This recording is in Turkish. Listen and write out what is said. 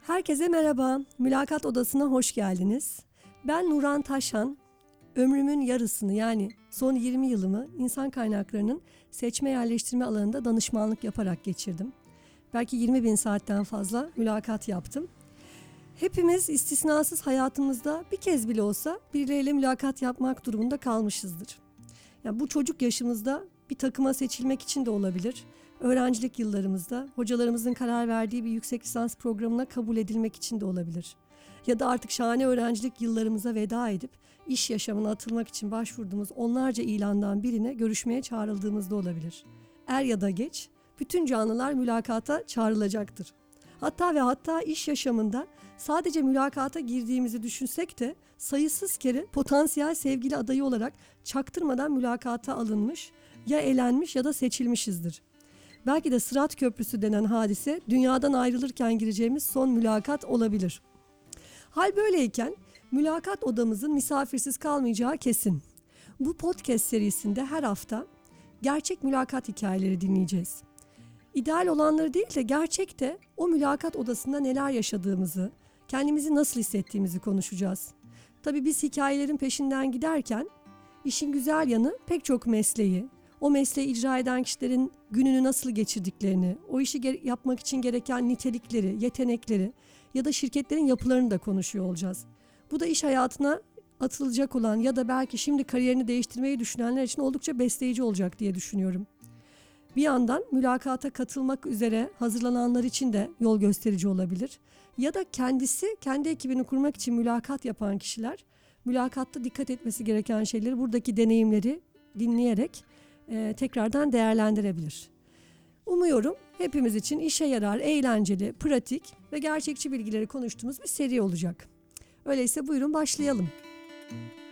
Herkese merhaba, Mülakat Odası'na hoş geldiniz. Ben Nuran Taşan, ömrümün yarısını yani son 20 yılımı insan kaynaklarının seçme yerleştirme alanında danışmanlık yaparak geçirdim. Belki 20 bin saatten fazla mülakat yaptım. Hepimiz istisnasız hayatımızda bir kez bile olsa birileriyle mülakat yapmak durumunda kalmışızdır. Yani bu çocuk yaşımızda bir takıma seçilmek için de olabilir. Öğrencilik yıllarımızda hocalarımızın karar verdiği bir yüksek lisans programına kabul edilmek için de olabilir. Ya da artık şahane öğrencilik yıllarımıza veda edip iş yaşamına atılmak için başvurduğumuz onlarca ilandan birine görüşmeye çağrıldığımızda olabilir. Er ya da geç bütün canlılar mülakata çağrılacaktır. Hatta iş yaşamında sadece mülakata girdiğimizi düşünsek de sayısız kere potansiyel sevgili adayı olarak çaktırmadan mülakata alınmış, ya elenmiş ya da seçilmişizdir. Belki de Sırat Köprüsü denen hadise dünyadan ayrılırken gireceğimiz son mülakat olabilir. Hal böyleyken mülakat odamızın misafirsiz kalmayacağı kesin. Bu podcast serisinde her hafta gerçek mülakat hikayeleri dinleyeceğiz. İdeal olanları değil de gerçekte o mülakat odasında neler yaşadığımızı, kendimizi nasıl hissettiğimizi konuşacağız. Tabii biz hikayelerin peşinden giderken işin güzel yanı pek çok mesleği, o mesleği icra eden kişilerin gününü nasıl geçirdiklerini, o işi yapmak için gereken nitelikleri, yetenekleri ya da şirketlerin yapılarını da konuşuyor olacağız. Bu da iş hayatına atılacak olan ya da belki şimdi kariyerini değiştirmeyi düşünenler için oldukça besleyici olacak diye düşünüyorum. Bir yandan mülakata katılmak üzere hazırlananlar için de yol gösterici olabilir. Ya da kendi ekibini kurmak için mülakat yapan kişiler mülakatta dikkat etmesi gereken şeyleri, buradaki deneyimleri dinleyerek tekrardan değerlendirebilir. Umuyorum hepimiz için işe yarar, eğlenceli, pratik ve gerçekçi bilgileri konuştuğumuz bir seri olacak. Öyleyse buyurun başlayalım.